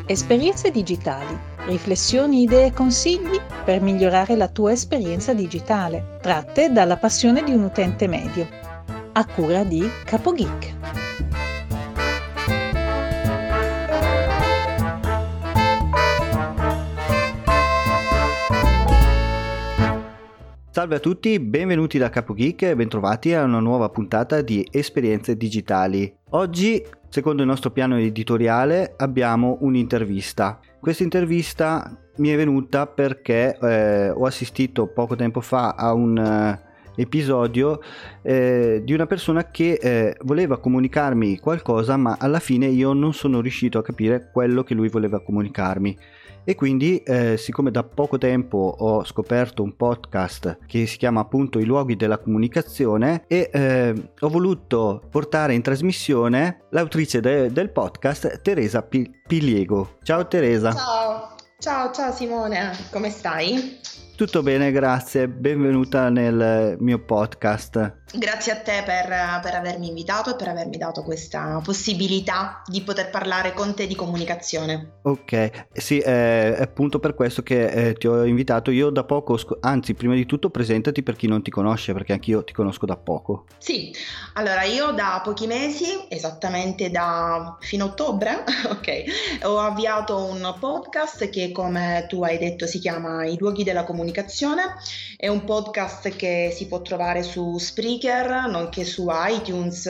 Esperienze digitali, riflessioni, idee e consigli per migliorare la tua esperienza digitale, tratte dalla passione di un utente medio, a cura di CapoGeek. Salve a tutti, benvenuti da CapoGeek e bentrovati a una nuova puntata di Esperienze digitali. Oggi, secondo il nostro piano editoriale, abbiamo un'intervista. Questa intervista mi è venuta perché ho assistito poco tempo fa a un episodio di una persona che voleva comunicarmi qualcosa, ma alla fine io non sono riuscito a capire quello che lui voleva comunicarmi. E quindi siccome da poco tempo ho scoperto un podcast che si chiama appunto I luoghi della comunicazione e ho voluto portare in trasmissione l'autrice del podcast, Teresa Piliego. Ciao Teresa. Ciao Simone, come stai? Tutto bene, grazie, benvenuta nel mio podcast. Grazie a te per avermi invitato e per avermi dato questa possibilità di poter parlare con te di comunicazione. Ok, sì, è appunto per questo che ti ho invitato. Io da poco, anzi prima di tutto presentati per chi non ti conosce, perché anch'io ti conosco da poco. Sì, allora io da pochi mesi, esattamente da fino a ottobre, ok, ho avviato un podcast che, come tu hai detto, si chiama I luoghi della comunicazione. È un podcast che si può trovare su Spreaker, nonché su iTunes,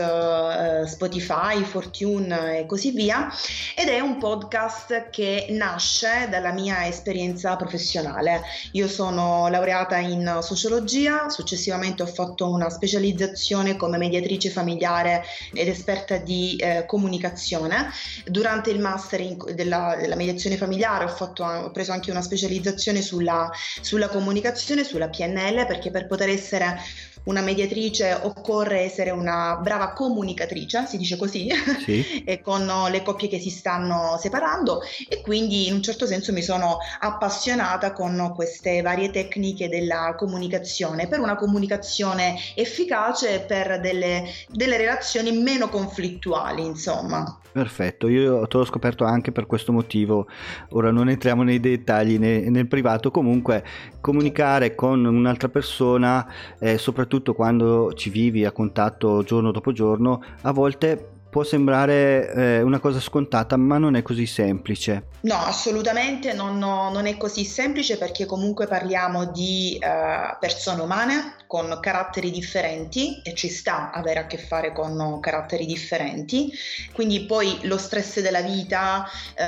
Spotify, Fortune e così via, ed è un podcast che nasce dalla mia esperienza professionale. Io sono laureata in sociologia, successivamente ho fatto una specializzazione come mediatrice familiare ed esperta di comunicazione. Durante il master della mediazione familiare ho preso anche una specializzazione sulla comunicazione, sulla PNL, perché per poter essere una mediatrice occorre essere una brava comunicatrice, si dice così, sì. E con le coppie che si stanno separando, e quindi in un certo senso mi sono appassionata con queste varie tecniche della comunicazione, per una comunicazione efficace e per delle relazioni meno conflittuali, insomma. Perfetto, io te l'ho scoperto anche per questo motivo. Ora non entriamo nei dettagli nel privato. Comunque comunicare con un'altra persona, soprattutto quando ci vivi a contatto giorno dopo giorno, a volte può sembrare una cosa scontata, ma non è così semplice. No, assolutamente non è così semplice, perché comunque parliamo di persone umane con caratteri differenti, e ci sta avere a che fare con caratteri differenti. Quindi poi lo stress della vita,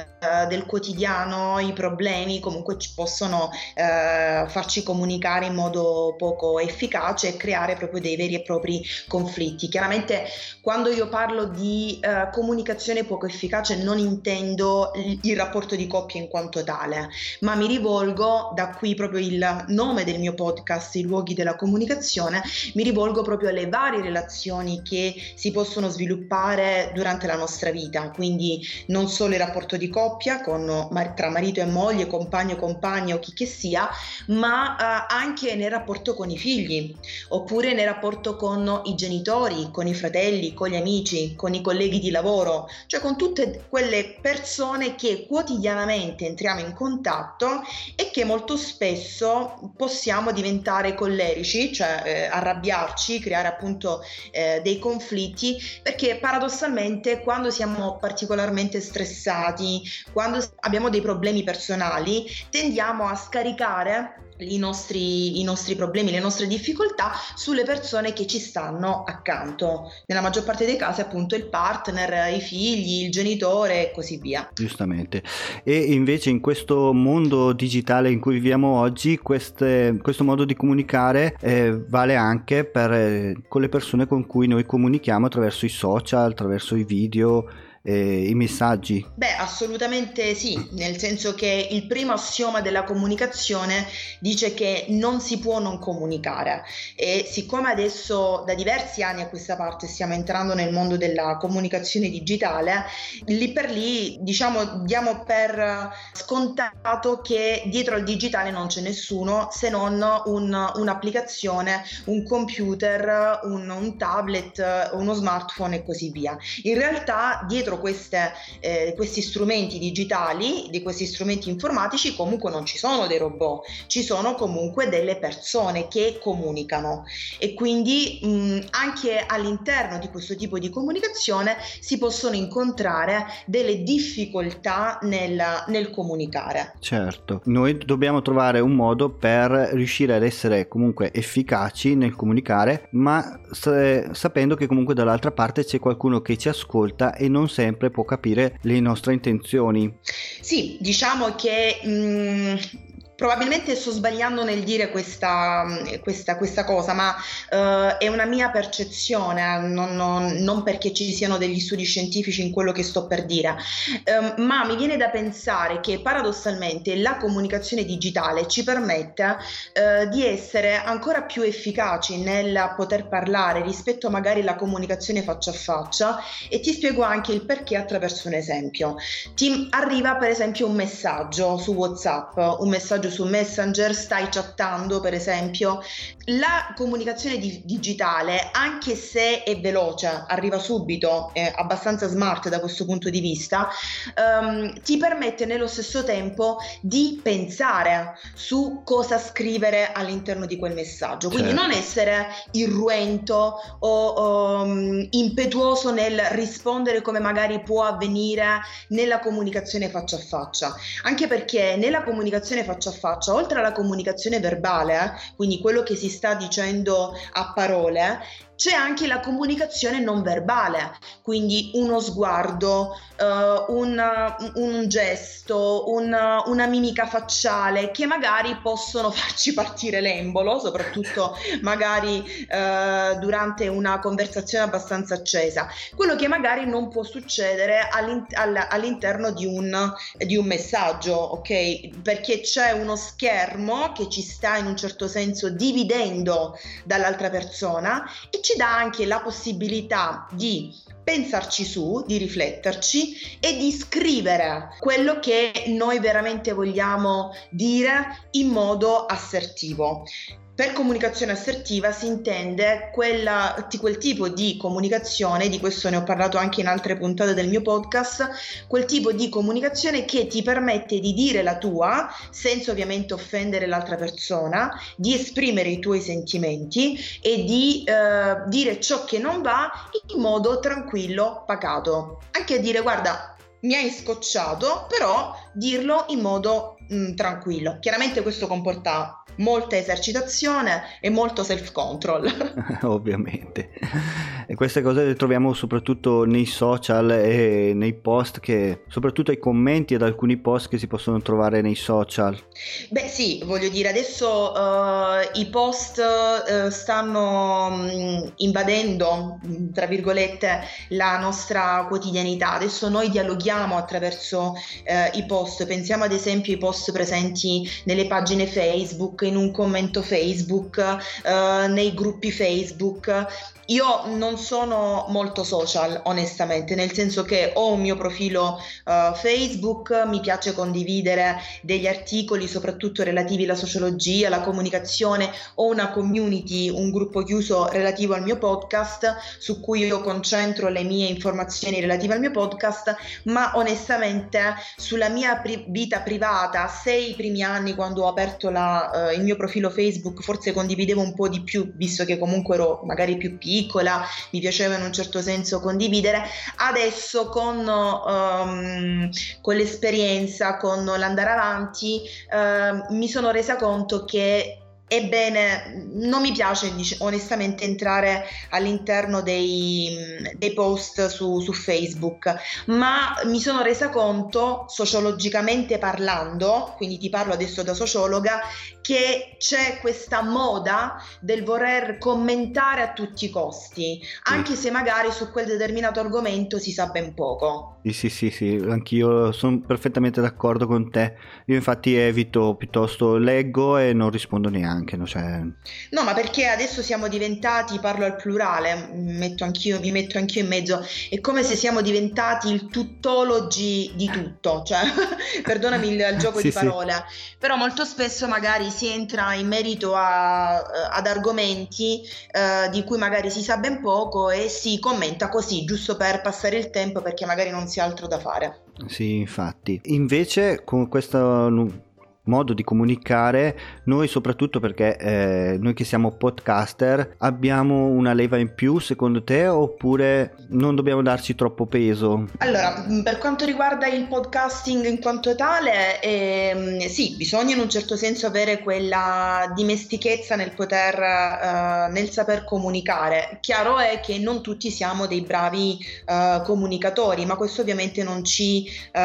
del quotidiano, i problemi comunque ci possono farci comunicare in modo poco efficace e creare proprio dei veri e propri conflitti. Chiaramente quando io parlo di comunicazione poco efficace non intendo il rapporto di coppia in quanto tale, ma mi rivolgo, da qui proprio il nome del mio podcast, I luoghi della comunicazione, mi rivolgo proprio alle varie relazioni che si possono sviluppare durante la nostra vita, quindi non solo il rapporto di coppia tra marito e moglie, compagno e compagna o chi che sia, ma anche nel rapporto con i figli, oppure nel rapporto con i genitori, con i fratelli, con gli amici, con i colleghi di lavoro, cioè con tutte quelle persone che quotidianamente entriamo in contatto e che molto spesso possiamo diventare collerici, cioè arrabbiarci, creare appunto dei conflitti, perché paradossalmente quando siamo particolarmente stressati, quando abbiamo dei problemi personali, tendiamo a scaricare i nostri problemi, le nostre difficoltà sulle persone che ci stanno accanto. Nella maggior parte dei casi appunto il partner, i figli, il genitore e così via. Giustamente. E invece in questo mondo digitale in cui viviamo oggi, questo modo di comunicare vale anche con le persone con cui noi comunichiamo attraverso i social, attraverso i video, i messaggi? Beh, assolutamente sì, nel senso che il primo assioma della comunicazione dice che non si può non comunicare, e siccome adesso da diversi anni a questa parte stiamo entrando nel mondo della comunicazione digitale, lì per lì diciamo diamo per scontato che dietro al digitale non c'è nessuno se non un'applicazione, un computer, un tablet, uno smartphone e così via. In realtà dietro dietro questi strumenti digitali, di questi strumenti informatici, comunque non ci sono dei robot, ci sono comunque delle persone che comunicano, e quindi anche all'interno di questo tipo di comunicazione si possono incontrare delle difficoltà nel comunicare. Certo, noi dobbiamo trovare un modo per riuscire ad essere comunque efficaci nel comunicare, ma sapendo che comunque dall'altra parte c'è qualcuno che ci ascolta e non sempre può capire le nostre intenzioni. Sì, diciamo che probabilmente sto sbagliando nel dire questa cosa, ma è una mia percezione, non perché ci siano degli studi scientifici in quello che sto per dire, ma mi viene da pensare che paradossalmente la comunicazione digitale ci permette di essere ancora più efficaci nel poter parlare rispetto magari alla comunicazione faccia a faccia, e ti spiego anche il perché attraverso un esempio. Ti arriva per esempio un messaggio su WhatsApp, un messaggio su Messenger, stai chattando per esempio. La comunicazione digitale, anche se è veloce, arriva subito, è abbastanza smart da questo punto di vista, ti permette nello stesso tempo di pensare su cosa scrivere all'interno di quel messaggio, quindi non essere irruento o impetuoso nel rispondere come magari può avvenire nella comunicazione faccia a faccia, anche perché nella comunicazione faccia a faccia, oltre alla comunicazione verbale, quindi quello che si sta dicendo a parole, c'è anche la comunicazione non verbale, quindi uno sguardo, un gesto, una mimica facciale che magari possono farci partire l'embolo, soprattutto magari durante una conversazione abbastanza accesa, quello che magari non può succedere all'interno di un messaggio, ok? Perché c'è uno schermo che ci sta in un certo senso dividendo dall'altra persona e ci dà anche la possibilità di pensarci su, di rifletterci e di scrivere quello che noi veramente vogliamo dire in modo assertivo. Per comunicazione assertiva si intende quel tipo di comunicazione, di questo ne ho parlato anche in altre puntate del mio podcast, quel tipo di comunicazione che ti permette di dire la tua, senza ovviamente offendere l'altra persona, di esprimere i tuoi sentimenti e di dire ciò che non va in modo tranquillo, pacato. Anche a dire guarda, mi hai scocciato, però dirlo in modo tranquillo. Chiaramente questo comporta molta esercitazione e molto self-control. Ovviamente. E queste cose le troviamo soprattutto nei social e nei post, che soprattutto ai commenti ad alcuni post che si possono trovare nei social. Beh sì, voglio dire, adesso i post stanno invadendo, tra virgolette, la nostra quotidianità. Adesso noi dialoghiamo attraverso i post, pensiamo ad esempio ai post presenti nelle pagine Facebook, in un commento Facebook, nei gruppi Facebook. Io non sono molto social, onestamente, nel senso che ho un mio profilo Facebook, mi piace condividere degli articoli soprattutto relativi alla sociologia, alla comunicazione, ho una community, un gruppo chiuso relativo al mio podcast su cui io concentro le mie informazioni relative al mio podcast, ma onestamente sulla mia vita privata, se i primi anni quando ho aperto il mio profilo Facebook forse condividevo un po' di più, visto che comunque ero magari più piccola, mi piaceva in un certo senso condividere. Adesso con l'esperienza, con l'andare avanti, mi sono resa conto che ebbene, non mi piace onestamente entrare all'interno dei post su Facebook, ma mi sono resa conto, sociologicamente parlando, quindi ti parlo adesso da sociologa, che c'è questa moda del voler commentare a tutti i costi, anche se magari su quel determinato argomento si sa ben poco. Sì, anch'io sono perfettamente d'accordo con te. Io infatti evito, piuttosto leggo e non rispondo neanche. anche, no? Cioè... No, ma perché adesso siamo diventati, parlo al plurale, mi metto anch'io in mezzo, è come se siamo diventati il tuttologi di tutto, cioè perdonami il gioco di parole, però molto spesso magari si entra in merito ad argomenti di cui magari si sa ben poco e si commenta così, giusto per passare il tempo perché magari non si ha altro da fare. Sì, infatti. Invece con questo modo di comunicare, noi soprattutto perché noi che siamo podcaster abbiamo una leva in più secondo te, oppure non dobbiamo darci troppo peso? Allora, per quanto riguarda il podcasting in quanto tale, sì, bisogna in un certo senso avere quella dimestichezza nel poter, nel saper comunicare. Chiaro è che non tutti siamo dei bravi comunicatori, ma questo ovviamente non ci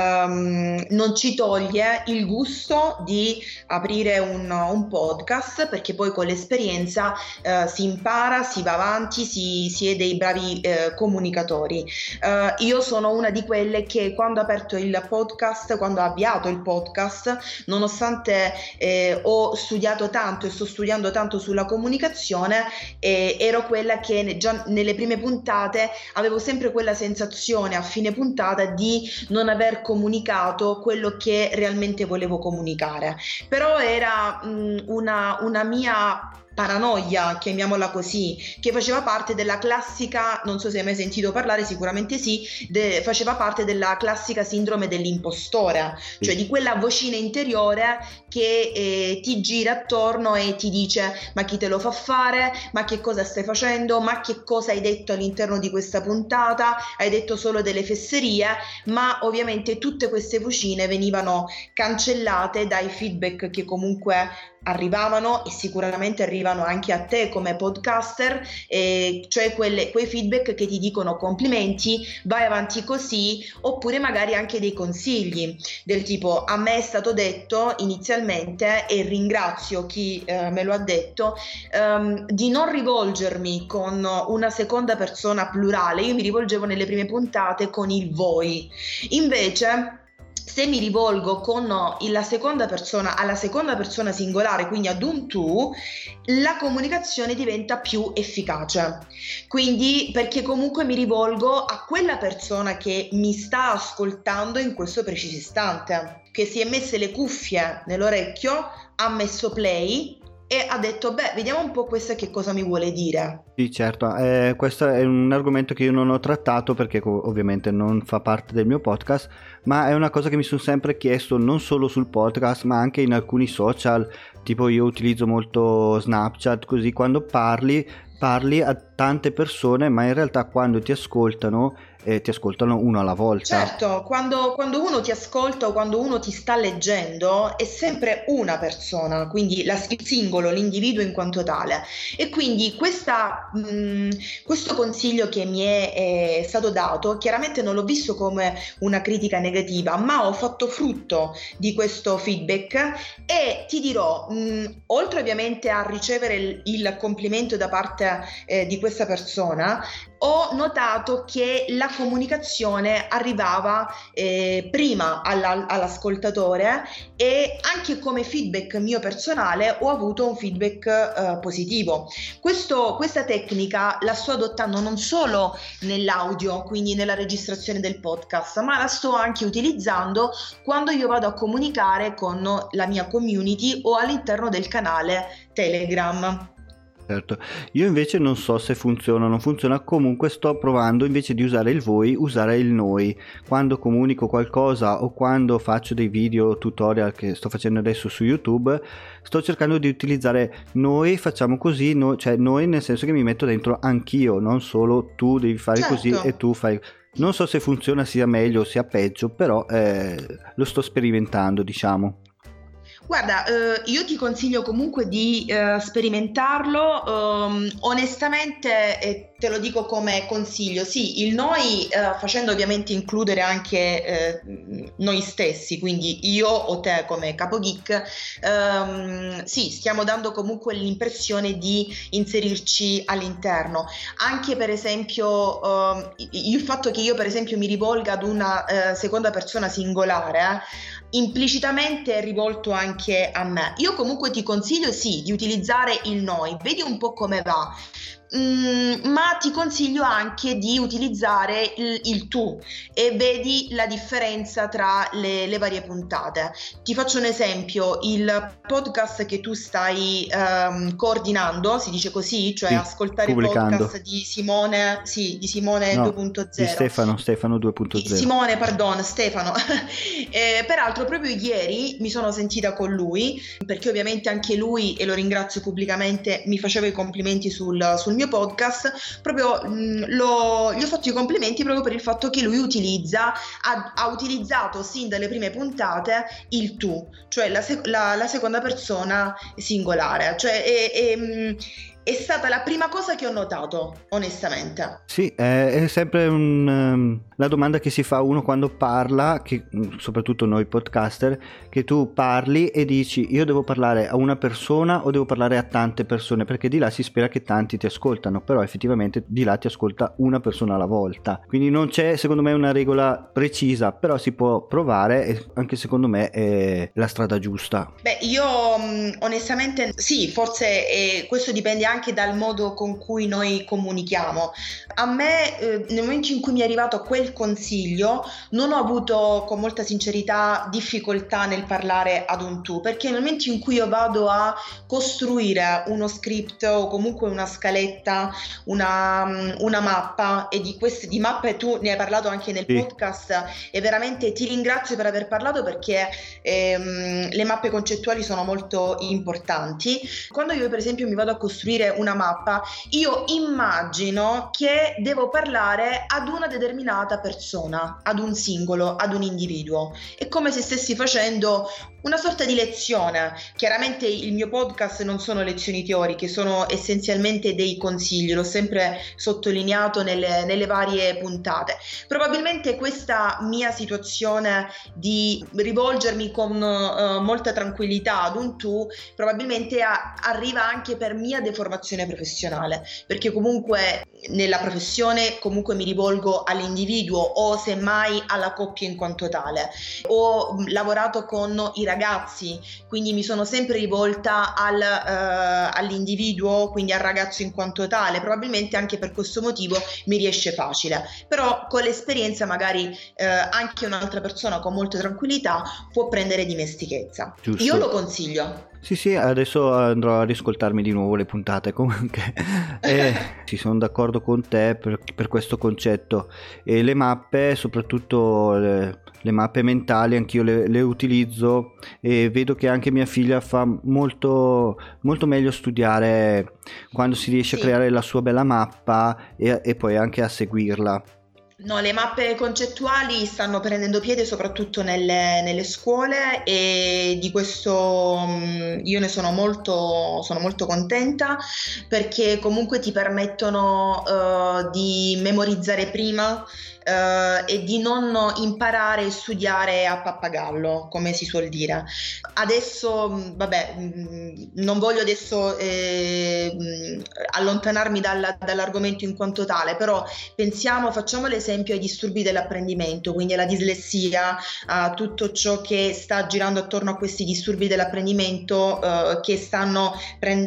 toglie il gusto di aprire un podcast, perché poi con l'esperienza si impara, si va avanti, si è dei bravi comunicatori. Io sono una di quelle che quando ho avviato il podcast, nonostante ho studiato tanto e sto studiando tanto sulla comunicazione, ero quella che già nelle prime puntate avevo sempre quella sensazione a fine puntata di non aver comunicato quello che realmente volevo comunicare. Però era una mia paranoia, chiamiamola così, che faceva parte della classica, non so se hai mai sentito parlare, sicuramente sì, faceva parte della classica sindrome dell'impostore, cioè di quella vocina interiore che ti gira attorno e ti dice: ma chi te lo fa fare, ma che cosa stai facendo, ma che cosa hai detto all'interno di questa puntata, hai detto solo delle fesserie. Ma ovviamente tutte queste vocine venivano cancellate dai feedback che comunque arrivavano e sicuramente arrivano anche a te come podcaster, cioè quei feedback che ti dicono complimenti, vai avanti così, oppure magari anche dei consigli del tipo: a me è stato detto inizialmente, e ringrazio chi me lo ha detto, di non rivolgermi con una seconda persona plurale. Io mi rivolgevo nelle prime puntate con il voi, invece se mi rivolgo con alla seconda persona singolare, quindi ad un tu, la comunicazione diventa più efficace. Quindi, perché comunque mi rivolgo a quella persona che mi sta ascoltando in questo preciso istante, che si è messe le cuffie nell'orecchio, ha messo play e ha detto: beh, vediamo un po' questa che cosa mi vuole dire. Sì, certo, questo è un argomento che io non ho trattato perché ovviamente non fa parte del mio podcast, ma è una cosa che mi sono sempre chiesto, non solo sul podcast ma anche in alcuni social, tipo io utilizzo molto Snapchat, così quando parli a tante persone, ma in realtà quando ti ascoltano uno alla volta. Certo, quando uno ti ascolta o quando uno ti sta leggendo è sempre una persona, quindi il singolo, l'individuo in quanto tale. E quindi questo consiglio che mi è stato dato, chiaramente non l'ho visto come una critica negativa, ma ho fatto frutto di questo feedback e ti dirò, oltre ovviamente a ricevere il complimento da parte di questa persona, ho notato che la comunicazione arrivava prima all'ascoltatore, e anche come feedback mio personale ho avuto un feedback positivo. Questa tecnica la sto adottando non solo nell'audio, quindi nella registrazione del podcast, ma la sto anche utilizzando quando io vado a comunicare con la mia community o all'interno del canale Telegram. Certo, io invece non so se funziona o non funziona, comunque sto provando invece di usare il voi, usare il noi. Quando comunico qualcosa o quando faccio dei video tutorial che sto facendo adesso su YouTube, sto cercando di utilizzare noi, facciamo così, cioè noi nel senso che mi metto dentro anch'io, non solo tu devi fare così e tu fai... Non so se funziona sia meglio o sia peggio, però lo sto sperimentando, diciamo. Guarda, io ti consiglio comunque di sperimentarlo, onestamente te lo dico come consiglio, sì, il noi facendo ovviamente includere anche noi stessi, quindi io o te come capogeek, sì, stiamo dando comunque l'impressione di inserirci all'interno. Anche per esempio il fatto che io per esempio mi rivolga ad una seconda persona singolare, implicitamente è rivolto anche a me. Io comunque ti consiglio sì di utilizzare il noi, vedi un po' come va. Ma ti consiglio anche di utilizzare il tu e vedi la differenza tra le varie puntate. Ti faccio un esempio: il podcast che tu stai coordinando, si dice così, cioè sì, ascoltare il podcast di Simone, sì, di Simone no, 2.0. Di Stefano 2.0. Simone, pardon, Stefano. Peraltro proprio ieri mi sono sentita con lui, perché ovviamente anche lui, e lo ringrazio pubblicamente, mi faceva i complimenti sul mio podcast. Proprio gli ho fatto i complimenti proprio per il fatto che lui ha utilizzato sin dalle prime puntate il tu, cioè la seconda persona singolare, cioè è stata la prima cosa che ho notato, onestamente. Sì, è sempre la domanda che si fa uno quando parla, che, soprattutto noi podcaster, che tu parli e dici io devo parlare a una persona o devo parlare a tante persone, perché di là si spera che tanti ti ascoltano, però effettivamente di là ti ascolta una persona alla volta, quindi non c'è secondo me una regola precisa, però si può provare e anche secondo me è la strada giusta. Beh, io onestamente sì, forse questo dipende anche dal modo con cui noi comunichiamo. A me nel momento in cui mi è arrivato quel consiglio non ho avuto, con molta sincerità, difficoltà nel parlare ad un tu, perché nel momento in cui io vado a costruire uno script o comunque una scaletta, una mappa, e di mappe tu ne hai parlato anche nel podcast, e veramente ti ringrazio per aver parlato, perché le mappe concettuali sono molto importanti. Quando io per esempio mi vado a costruire una mappa, io immagino che devo parlare ad una determinata persona, ad un singolo, ad un individuo. È come se stessi facendo una sorta di lezione. Chiaramente il mio podcast non sono lezioni teoriche, sono essenzialmente dei consigli, l'ho sempre sottolineato nelle varie puntate. Probabilmente questa mia situazione di rivolgermi con molta tranquillità ad un tu probabilmente arriva anche per mia deformazione professionale, perché comunque nella professione comunque mi rivolgo all'individuo o semmai alla coppia in quanto tale. Ho lavorato con i ragazzi, quindi mi sono sempre rivolta all'individuo, quindi al ragazzo in quanto tale. Probabilmente anche per questo motivo mi riesce facile, però con l'esperienza magari anche un'altra persona con molta tranquillità può prendere dimestichezza. Giusto. Io lo consiglio. Sì, adesso andrò a riscoltarmi di nuovo le puntate comunque. Sì, sono d'accordo con te per questo concetto. E le mappe, soprattutto le mappe mentali, anch'io le utilizzo, e vedo che anche mia figlia fa molto, molto meglio studiare quando si riesce a creare la sua bella mappa e poi anche a seguirla. No, le mappe concettuali stanno prendendo piede soprattutto nelle scuole, e di questo io ne sono molto contenta, perché comunque ti permettono di memorizzare prima e di non imparare e studiare a pappagallo, come si suol dire. Adesso, vabbè, non voglio adesso allontanarmi dall'argomento in quanto tale, però facciamo l'esempio ai disturbi dell'apprendimento, quindi alla dislessia, a tutto ciò che sta girando attorno a questi disturbi dell'apprendimento che stanno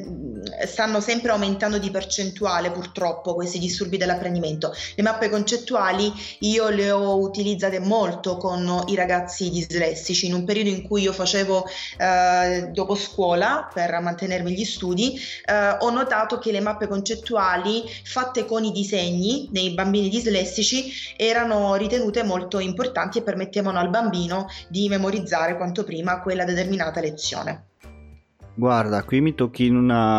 sempre aumentando di percentuale, purtroppo, questi disturbi dell'apprendimento. Le mappe concettuali io le ho utilizzate molto con i ragazzi dislessici in un periodo in cui io facevo dopo scuola per mantenermi gli studi. Ho notato che le mappe concettuali fatte con i disegni nei bambini dislessici erano ritenute molto importanti e permettevano al bambino di memorizzare quanto prima quella determinata lezione. Guarda, qui mi tocchi in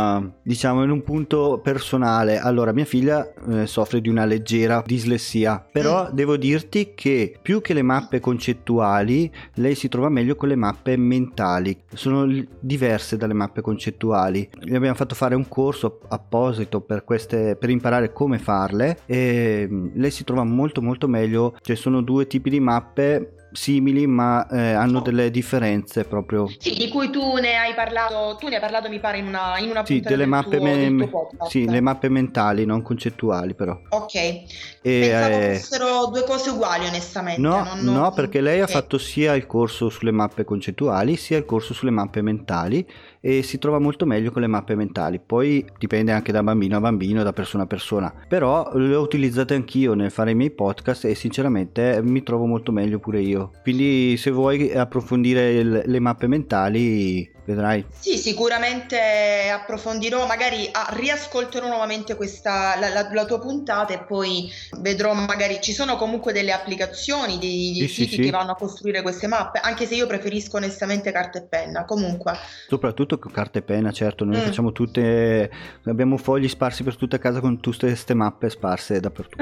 un punto personale. Allora, mia figlia soffre di una leggera dislessia, però devo dirti che più che le mappe concettuali, lei si trova meglio con le mappe mentali. Sono diverse dalle mappe concettuali. Le abbiamo fatto fare un corso apposito per imparare come farle, e lei si trova molto molto meglio. Cioè, sono due tipi di mappe simili, ma hanno delle differenze proprio. Sì, di cui tu ne hai parlato mi pare in una Sì, puntata delle mappe del tuo podcast. sì, le mappe mentali, non concettuali però. Ok, pensavo fossero due cose uguali onestamente. No, perché lei ha ok. fatto sia il corso sulle mappe concettuali sia il corso sulle mappe mentali e si trova molto meglio con le mappe mentali. Poi dipende anche da bambino a bambino, da persona a persona, però le ho utilizzate anch'io nel fare i miei podcast e sinceramente mi trovo molto meglio pure io. Quindi se vuoi approfondire le mappe mentali, vedrai. Sì, sicuramente approfondirò, magari riascolterò nuovamente la tua puntata e poi vedrò, magari ci sono comunque delle applicazioni, dei Sì, siti che vanno a costruire queste mappe, anche se io preferisco onestamente carta e penna, comunque. Soprattutto con carta e penna, certo, noi facciamo abbiamo fogli sparsi per tutta casa con tutte queste mappe sparse dappertutto.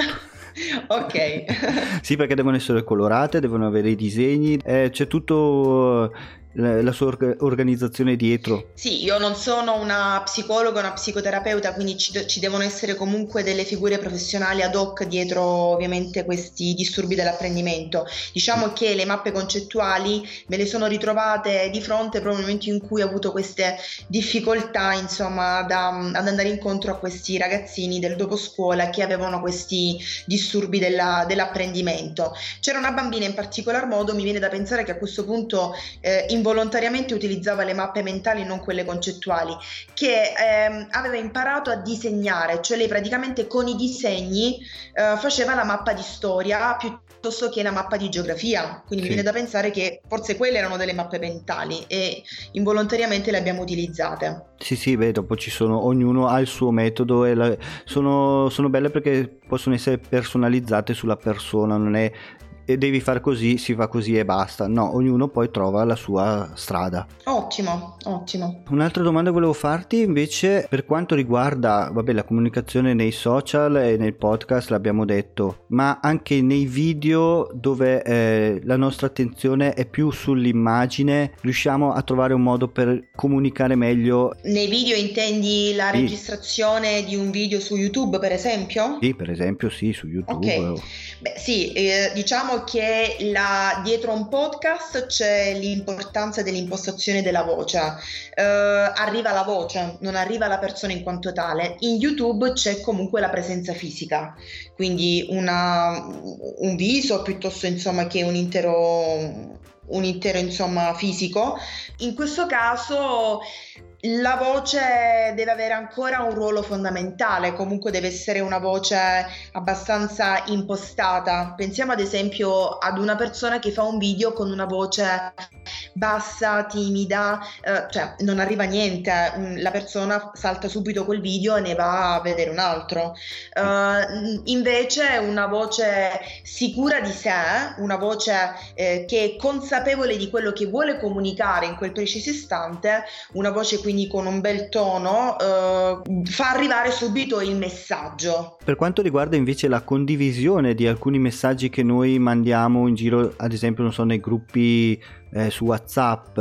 Ok. Sì, perché devono essere colorate, devono avere i disegni, c'è tutto la sua organizzazione dietro. Sì, io non sono una psicologa, una psicoterapeuta, quindi ci devono essere comunque delle figure professionali ad hoc dietro ovviamente questi disturbi dell'apprendimento. Diciamo che le mappe concettuali me le sono ritrovate di fronte proprio nel momento in cui ho avuto queste difficoltà, insomma, ad andare incontro a questi ragazzini del dopo scuola che avevano questi disturbi dell'apprendimento. C'era una bambina in particolar modo, mi viene da pensare che a questo punto involontariamente utilizzava le mappe mentali, non quelle concettuali, che aveva imparato a disegnare, cioè lei praticamente con i disegni faceva la mappa di storia piuttosto che la mappa di geografia, quindi mi viene da pensare che forse quelle erano delle mappe mentali e involontariamente le abbiamo utilizzate. Sì, beh, dopo ognuno ha il suo metodo e sono belle perché possono essere personalizzate sulla persona, non è e devi fare così, si fa così e basta. No, ognuno poi trova la sua strada. Ottimo. Un'altra domanda volevo farti invece per quanto riguarda, la comunicazione nei social e nel podcast l'abbiamo detto, ma anche nei video dove la nostra attenzione è più sull'immagine, riusciamo a trovare un modo per comunicare meglio? Nei video intendi la registrazione di un video su YouTube, per esempio? Sì, per esempio, sì, su YouTube. Ok. Beh, sì, diciamo che dietro un podcast c'è l'importanza dell'impostazione della voce. Arriva la voce, non arriva la persona in quanto tale. In YouTube c'è comunque la presenza fisica, quindi un viso piuttosto insomma che un intero insomma fisico. In questo caso la voce deve avere ancora un ruolo fondamentale, comunque deve essere una voce abbastanza impostata. Pensiamo ad esempio ad una persona che fa un video con una voce bassa, timida, cioè non arriva a niente, la persona salta subito quel video e ne va a vedere un altro. Invece una voce sicura di sé, una voce che è consapevole di quello che vuole comunicare in quel preciso istante, una voce quindi con un bel tono, fa arrivare subito il messaggio. Per quanto riguarda invece la condivisione di alcuni messaggi che noi mandiamo in giro, ad esempio non so, nei gruppi su WhatsApp.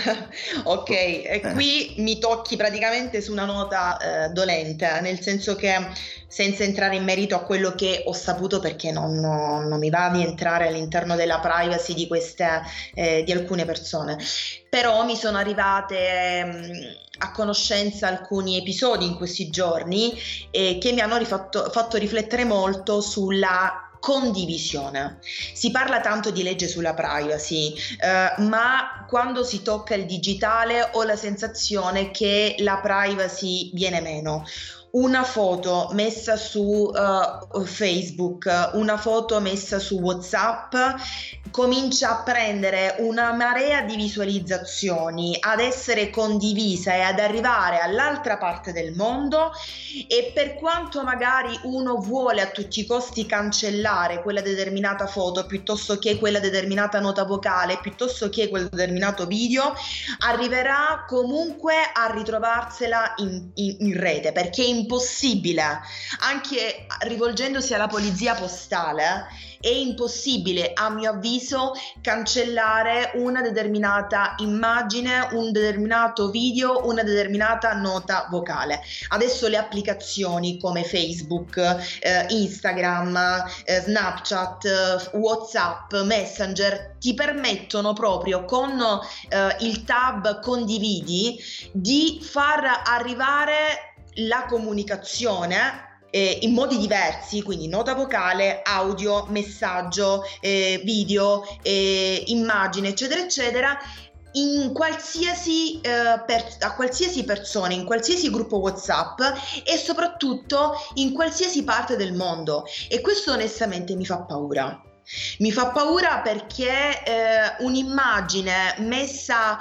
Ok, qui mi tocchi praticamente su una nota dolente, nel senso che senza entrare in merito a quello che ho saputo, perché non mi va di entrare all'interno della privacy di queste di alcune persone, però mi sono arrivate a conoscenza alcuni episodi in questi giorni che mi hanno fatto riflettere molto sulla condivisione. Si parla tanto di legge sulla privacy, ma quando si tocca il digitale ho la sensazione che la privacy viene meno. Una foto messa su Facebook, una foto messa su WhatsApp comincia a prendere una marea di visualizzazioni, ad essere condivisa e ad arrivare all'altra parte del mondo, e per quanto magari uno vuole a tutti i costi cancellare quella determinata foto piuttosto che quella determinata nota vocale, piuttosto che quel determinato video, arriverà comunque a ritrovarsela in rete, perché è impossibile, anche rivolgendosi alla polizia postale, È impossibile, a mio avviso, cancellare una determinata immagine, un determinato video, una determinata nota vocale. Adesso le applicazioni come Facebook, Instagram, Snapchat, WhatsApp, Messenger ti permettono proprio con il tab condividi di far arrivare la comunicazione in modi diversi, quindi nota vocale, audio, messaggio, video, immagine, eccetera eccetera, in qualsiasi a qualsiasi persona, in qualsiasi gruppo WhatsApp e soprattutto in qualsiasi parte del mondo. E questo onestamente mi fa paura. Mi fa paura perché un'immagine messa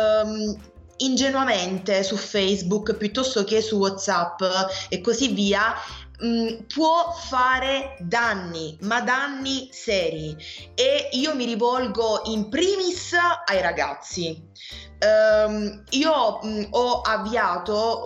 ingenuamente su Facebook piuttosto che su WhatsApp e così via può fare danni, ma danni seri, e io mi rivolgo in primis ai ragazzi. Io ho avviato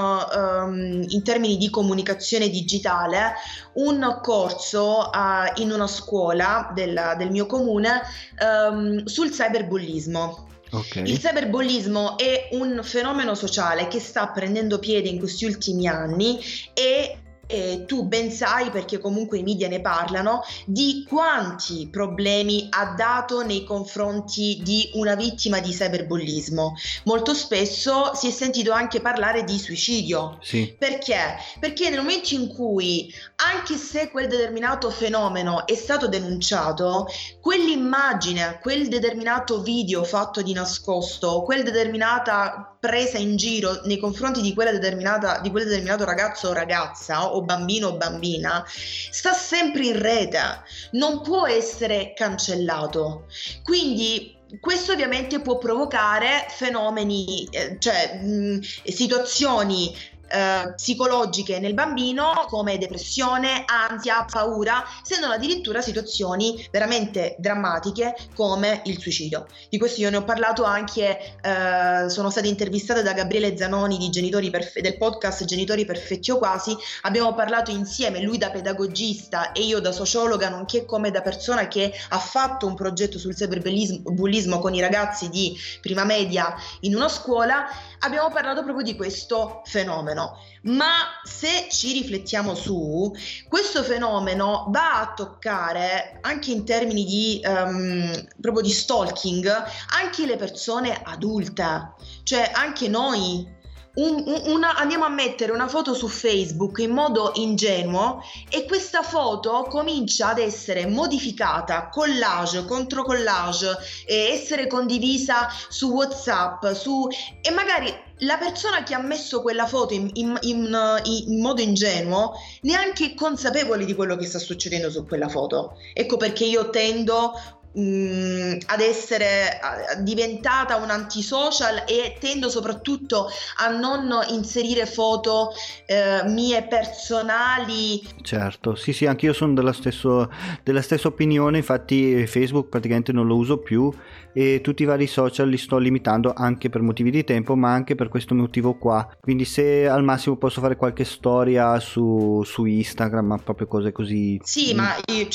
in termini di comunicazione digitale un corso in una scuola del mio comune sul cyberbullismo. Okay. Il cyberbullismo è un fenomeno sociale che sta prendendo piede in questi ultimi anni e tu ben sai, perché comunque i media ne parlano, di quanti problemi ha dato nei confronti di una vittima di cyberbullismo. Molto spesso si è sentito anche parlare di suicidio. Sì. Perché? Perché nel momento in cui, anche se quel determinato fenomeno è stato denunciato, quell'immagine, quel determinato video fatto di nascosto, quel determinata presa in giro nei confronti di quel determinato ragazzo o ragazza o bambino o bambina sta sempre in rete, non può essere cancellato. Quindi questo ovviamente può provocare fenomeni, situazioni psicologiche nel bambino come depressione, ansia, paura, se non addirittura situazioni veramente drammatiche come il suicidio. Di questo io ne ho parlato anche, sono stata intervistata da Gabriele Zanoni del podcast Genitori Perfetti o Quasi. Abbiamo parlato insieme, lui da pedagogista e io da sociologa, nonché come da persona che ha fatto un progetto sul cyberbullismo con i ragazzi di prima media in una scuola. Abbiamo parlato proprio di questo fenomeno. Ma se ci riflettiamo su, questo fenomeno va a toccare anche in termini di proprio di stalking anche le persone adulte, cioè anche noi. Andiamo a mettere una foto su Facebook in modo ingenuo e questa foto comincia ad essere modificata, collage contro collage, essere condivisa su WhatsApp, e magari la persona che ha messo quella foto in modo ingenuo neanche è consapevole di quello che sta succedendo su quella foto. Ecco perché io tendo ad essere diventata un antisocial e tendo soprattutto a non inserire foto mie personali. Certo, sì, anch'io sono della stessa opinione. Infatti Facebook praticamente non lo uso più e tutti i vari social li sto limitando anche per motivi di tempo, ma anche per questo motivo qua. Quindi se al massimo posso fare qualche storia su Instagram, ma proprio cose così. Sì, ma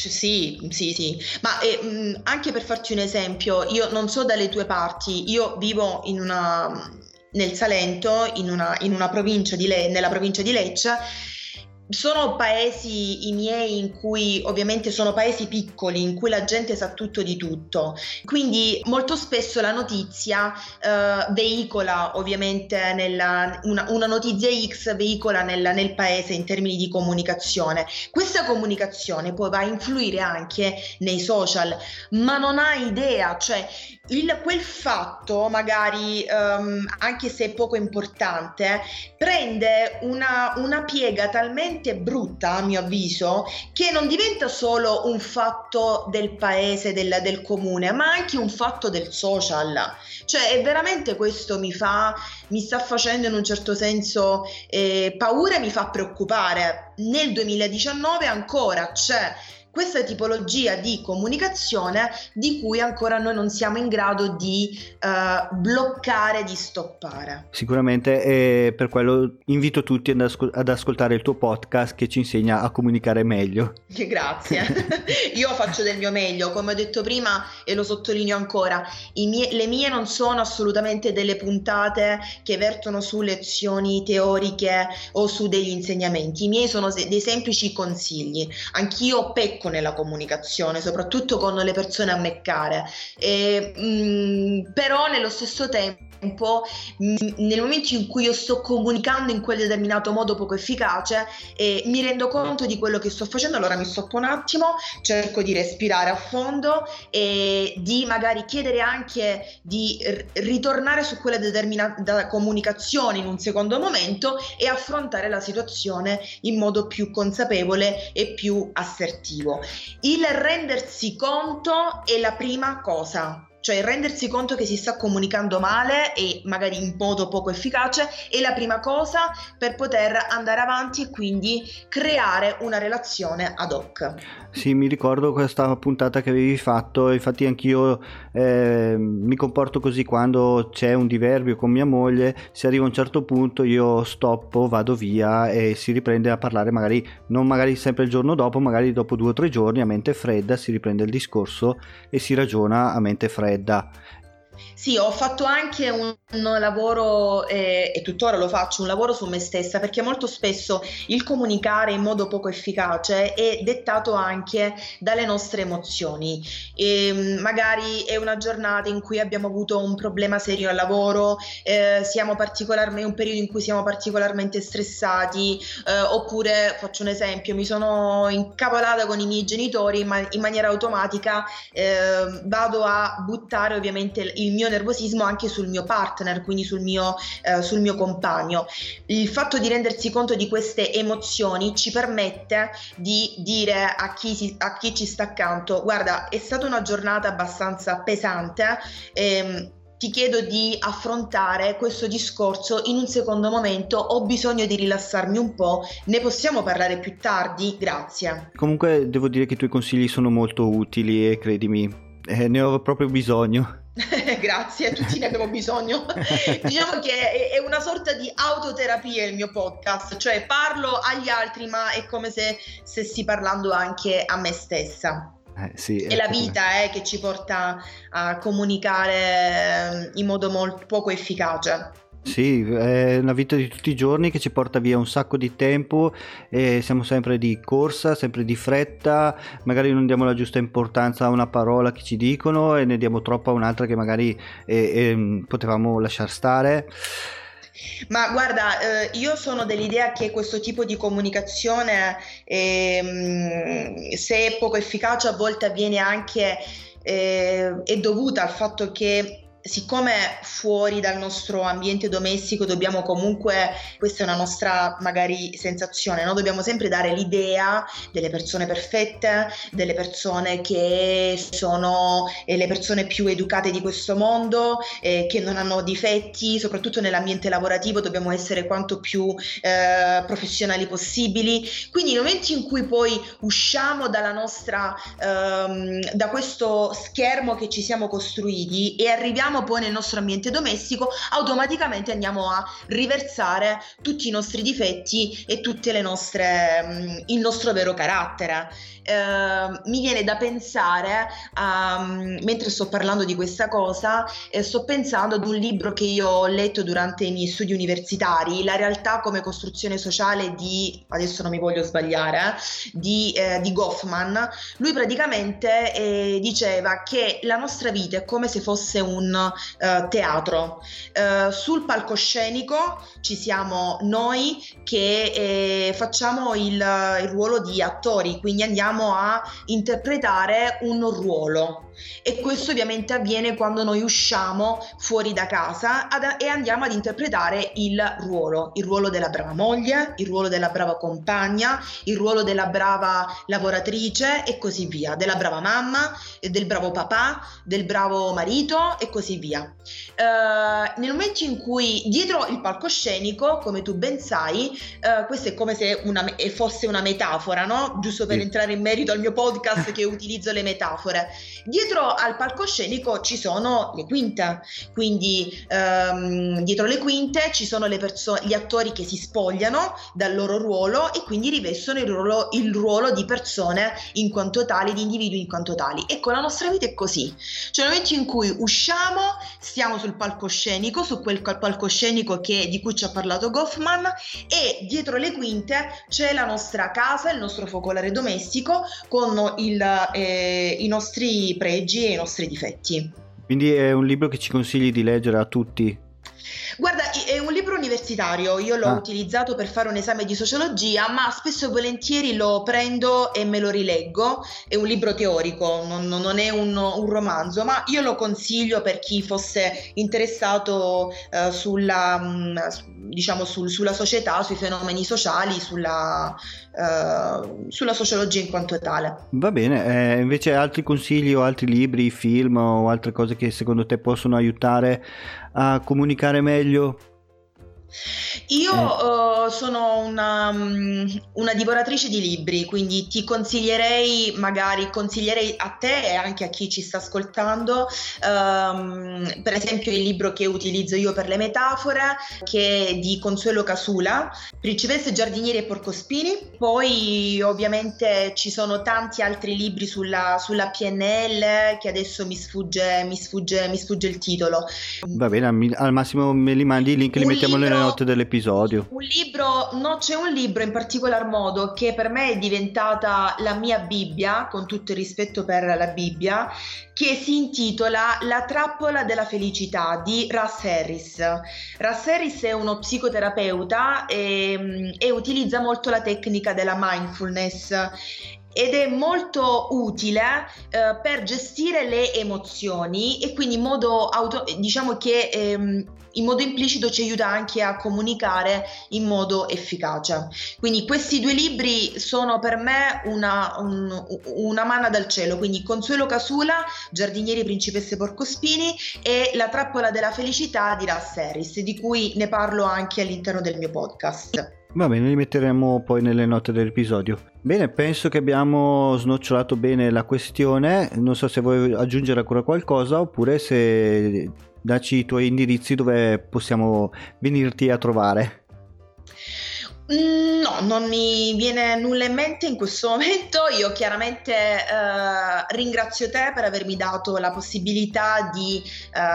sì. Ma anche per farti un esempio, io non so dalle tue parti, io vivo nel Salento, in una provincia nella provincia di Lecce. Sono paesi i miei in cui ovviamente sono paesi piccoli in cui la gente sa tutto di tutto, quindi molto spesso la notizia veicola ovviamente una notizia X veicola nel paese in termini di comunicazione. Questa comunicazione poi va a influire anche nei social, ma non hai idea, cioè quel fatto magari anche se è poco importante prende una piega talmente brutta, a mio avviso, che non diventa solo un fatto del paese, del comune, ma anche un fatto del social. Cioè è veramente questo mi sta facendo in un certo senso paura e mi fa preoccupare. Nel 2019 ancora c'è questa tipologia di comunicazione di cui ancora noi non siamo in grado di bloccare, di stoppare. Sicuramente, e per quello invito tutti ad ascoltare il tuo podcast che ci insegna a comunicare meglio. Grazie. Io faccio del mio meglio, come ho detto prima e lo sottolineo ancora, le mie non sono assolutamente delle puntate che vertono su lezioni teoriche o su degli insegnamenti. I miei sono dei semplici consigli. Anch'io pecco nella comunicazione, soprattutto con le persone a me care, però nello stesso tempo nel momento in cui io sto comunicando in quel determinato modo poco efficace mi rendo conto di quello che sto facendo, allora mi stoppo un attimo, cerco di respirare a fondo e di magari chiedere anche di ritornare su quella determinata comunicazione in un secondo momento e affrontare la situazione in modo più consapevole e più assertivo. Il rendersi conto è la prima cosa. Cioè rendersi conto che si sta comunicando male e magari in modo poco efficace è la prima cosa per poter andare avanti e quindi creare una relazione ad hoc. Sì, mi ricordo questa puntata che avevi fatto, infatti anch'io mi comporto così quando c'è un diverbio con mia moglie, se arriva a un certo punto io stoppo, vado via e si riprende a parlare, non magari sempre il giorno dopo, magari dopo 2 o 3 giorni a mente fredda si riprende il discorso e si ragiona a mente fredda. Sì, ho fatto anche un lavoro e tuttora lo faccio, un lavoro su me stessa, perché molto spesso il comunicare in modo poco efficace è dettato anche dalle nostre emozioni. Magari è una giornata in cui abbiamo avuto un problema serio al lavoro, un periodo in cui siamo particolarmente stressati, oppure faccio un esempio, mi sono incavolata con i miei genitori, ma in maniera automatica vado a buttare ovviamente il mio nervosismo anche sul mio partner, quindi sul mio compagno. Il fatto di rendersi conto di queste emozioni ci permette di dire a chi ci sta accanto: guarda, è stata una giornata abbastanza pesante, ti chiedo di affrontare questo discorso in un secondo momento, ho bisogno di rilassarmi un po', ne possiamo parlare più tardi? Grazie. Comunque devo dire che i tuoi consigli sono molto utili e credimi, ne ho proprio bisogno. Grazie, tutti ne abbiamo bisogno. Diciamo che è una sorta di autoterapia il mio podcast, cioè parlo agli altri ma è come se stessi parlando anche a me stessa. Sì, è la vita che ci porta a comunicare in modo molto poco efficace. Sì, è una vita di tutti i giorni che ci porta via un sacco di tempo e siamo sempre di corsa, sempre di fretta, magari non diamo la giusta importanza a una parola che ci dicono e ne diamo troppa a un'altra che magari potevamo lasciar stare. Ma guarda, io sono dell'idea che questo tipo di comunicazione, se è poco efficace, a volte avviene anche, è dovuta al fatto che siccome fuori dal nostro ambiente domestico dobbiamo comunque, questa è una nostra magari sensazione, no? Dobbiamo sempre dare l'idea delle persone perfette, delle persone che sono le persone più educate di questo mondo, che non hanno difetti, soprattutto nell'ambiente lavorativo dobbiamo essere quanto più professionali possibili. Quindi nel momento in cui poi usciamo dalla nostra, da questo schermo che ci siamo costruiti e arriviamo poi nel nostro ambiente domestico, automaticamente andiamo a riversare tutti i nostri difetti e tutte le nostre, il nostro vero carattere. Mi viene da pensare, mentre sto parlando di questa cosa, sto pensando ad un libro che io ho letto durante i miei studi universitari, La realtà come costruzione sociale adesso non mi voglio sbagliare, di Goffman. Lui praticamente diceva che la nostra vita è come se fosse un teatro. Sul palcoscenico ci siamo noi che facciamo il ruolo di attori, quindi andiamo a interpretare un ruolo, e questo ovviamente avviene quando noi usciamo fuori da casa e andiamo ad interpretare il ruolo della brava moglie, il ruolo della brava compagna, il ruolo della brava lavoratrice e così via, della brava mamma, del bravo papà, del bravo marito e così così via. Nel momento in cui dietro il palcoscenico, come tu ben sai, questo è come se fosse una metafora, no? Giusto per entrare in merito al mio podcast che utilizzo le metafore. Dietro al palcoscenico ci sono le quinte, quindi dietro le quinte ci sono gli attori che si spogliano dal loro ruolo e quindi rivestono il ruolo di persone in quanto tali, di individui in quanto tali. Ecco, la nostra vita è così, cioè nel momento in cui usciamo stiamo sul palcoscenico, su quel palcoscenico di cui ci ha parlato Goffman, e dietro le quinte c'è la nostra casa, il nostro focolare domestico con i nostri pregi e i nostri difetti. Quindi è un libro che ci consigli di leggere a tutti? Guarda, è un libro universitario, io l'ho utilizzato per fare un esame di sociologia, ma spesso e volentieri lo prendo e me lo rileggo. È un libro teorico, non è un romanzo, ma io lo consiglio per chi fosse interessato sulla società, sui fenomeni sociali, sulla sociologia in quanto tale. Va bene, invece altri consigli o altri libri, film o altre cose che secondo te possono aiutare a comunicare meglio? Io sono una divoratrice di libri, quindi consiglierei a te e anche a chi ci sta ascoltando, per esempio il libro che utilizzo io per le metafore, che è di Consuelo Casula, Principesse, giardinieri e porcospini. Poi ovviamente ci sono tanti altri libri sulla PNL che adesso mi sfugge il titolo. Va bene, al massimo me li mandi i link, li mettiamo nelle note dell'episodio. C'è un libro in particolar modo che per me è diventata la mia Bibbia, con tutto il rispetto per la Bibbia, che si intitola La trappola della felicità di Russ Harris. Russ Harris è uno psicoterapeuta e utilizza molto la tecnica della mindfulness ed è molto utile per gestire le emozioni, e quindi in modo in modo implicito ci aiuta anche a comunicare in modo efficace. Quindi questi due libri sono per me una manna dal cielo, quindi Consuelo Casula, Giardinieri, Principesse, Porcospini, e La trappola della felicità di Russ Harris, di cui ne parlo anche all'interno del mio podcast. Va bene, li metteremo poi nelle note dell'episodio. Bene, penso che abbiamo snocciolato bene la questione. Non so se vuoi aggiungere ancora qualcosa, oppure se dacci i tuoi indirizzi dove possiamo venirti a trovare. No, non mi viene nulla in mente in questo momento. Io chiaramente ringrazio te per avermi dato la possibilità di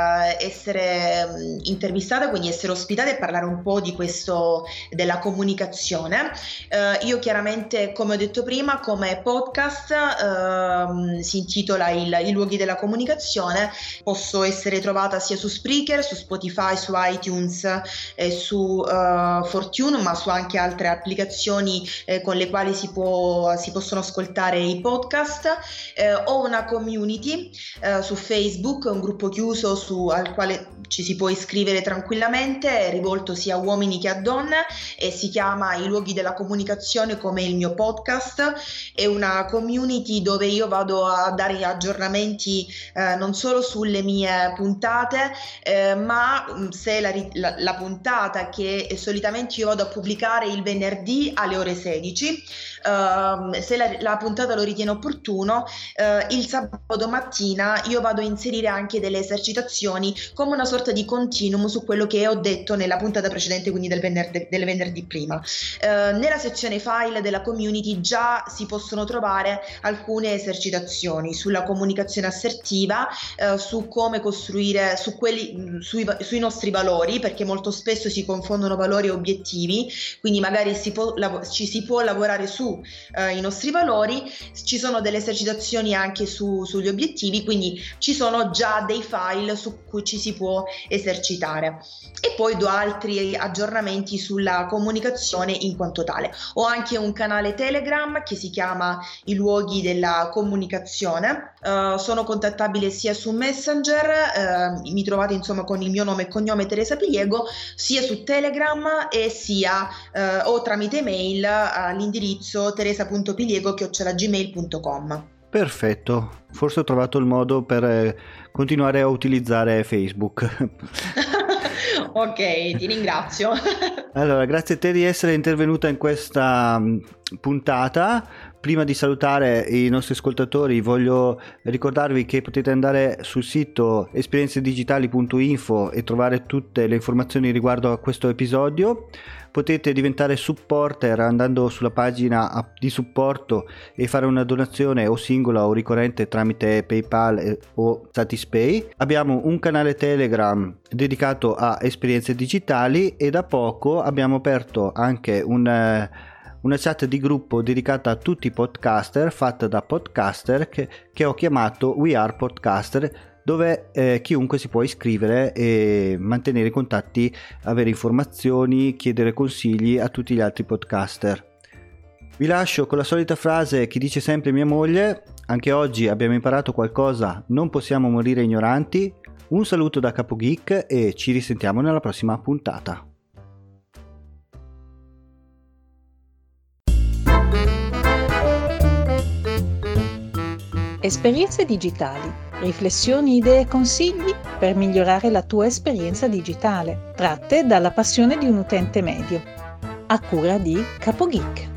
essere intervistata, quindi essere ospitata e parlare un po' di questo, della comunicazione. Io chiaramente, come ho detto prima, come podcast si intitola I luoghi della comunicazione. Posso essere trovata sia su Spreaker, su Spotify, su iTunes e su Fortune, ma su anche altre applicazioni con le quali si possono ascoltare i podcast. Ho una community su Facebook, un gruppo chiuso al quale ci si può iscrivere tranquillamente, rivolto sia a uomini che a donne, e si chiama I luoghi della comunicazione, come il mio podcast. È una community dove io vado a dare aggiornamenti non solo sulle mie puntate, ma se la puntata che solitamente io vado a pubblicare il venerdì alle ore 16, se la puntata lo ritiene opportuno, il sabato mattina io vado a inserire anche delle esercitazioni come una sorta di continuum su quello che ho detto nella puntata precedente, quindi del venerdì prima. Nella sezione file della community già si possono trovare alcune esercitazioni sulla comunicazione assertiva, su come costruire sui nostri valori, perché molto spesso si confondono valori e obiettivi, quindi magari ci si può lavorare su i nostri valori. Ci sono delle esercitazioni anche sugli obiettivi, quindi ci sono già dei file su cui ci si può esercitare. E poi do altri aggiornamenti sulla comunicazione in quanto tale. Ho anche un canale Telegram che si chiama I luoghi della comunicazione. Sono contattabile sia su Messenger, mi trovate insomma con il mio nome e cognome Teresa Piliego, sia su Telegram e sia o tramite mail all'indirizzo teresa.piliego@gmail.com. Perfetto, forse ho trovato il modo per continuare a utilizzare Facebook. Ok, ti ringrazio. Allora, grazie a te di essere intervenuta in questa puntata. Prima di salutare i nostri ascoltatori voglio ricordarvi che potete andare sul sito esperienzedigitali.info e trovare tutte le informazioni riguardo a questo episodio. Potete diventare supporter andando sulla pagina di supporto e fare una donazione o singola o ricorrente tramite PayPal o Satispay. Abbiamo un canale Telegram dedicato a esperienze digitali e da poco abbiamo aperto anche una chat di gruppo dedicata a tutti i podcaster, fatta da podcaster che ho chiamato We Are Podcaster, dove chiunque si può iscrivere e mantenere i contatti, avere informazioni, chiedere consigli a tutti gli altri podcaster. Vi lascio con la solita frase che dice sempre mia moglie: anche oggi abbiamo imparato qualcosa, non possiamo morire ignoranti. Un saluto da Capo Geek e ci risentiamo nella prossima puntata. Esperienze digitali, riflessioni, idee e consigli per migliorare la tua esperienza digitale, tratte dalla passione di un utente medio. A cura di Capo Geek.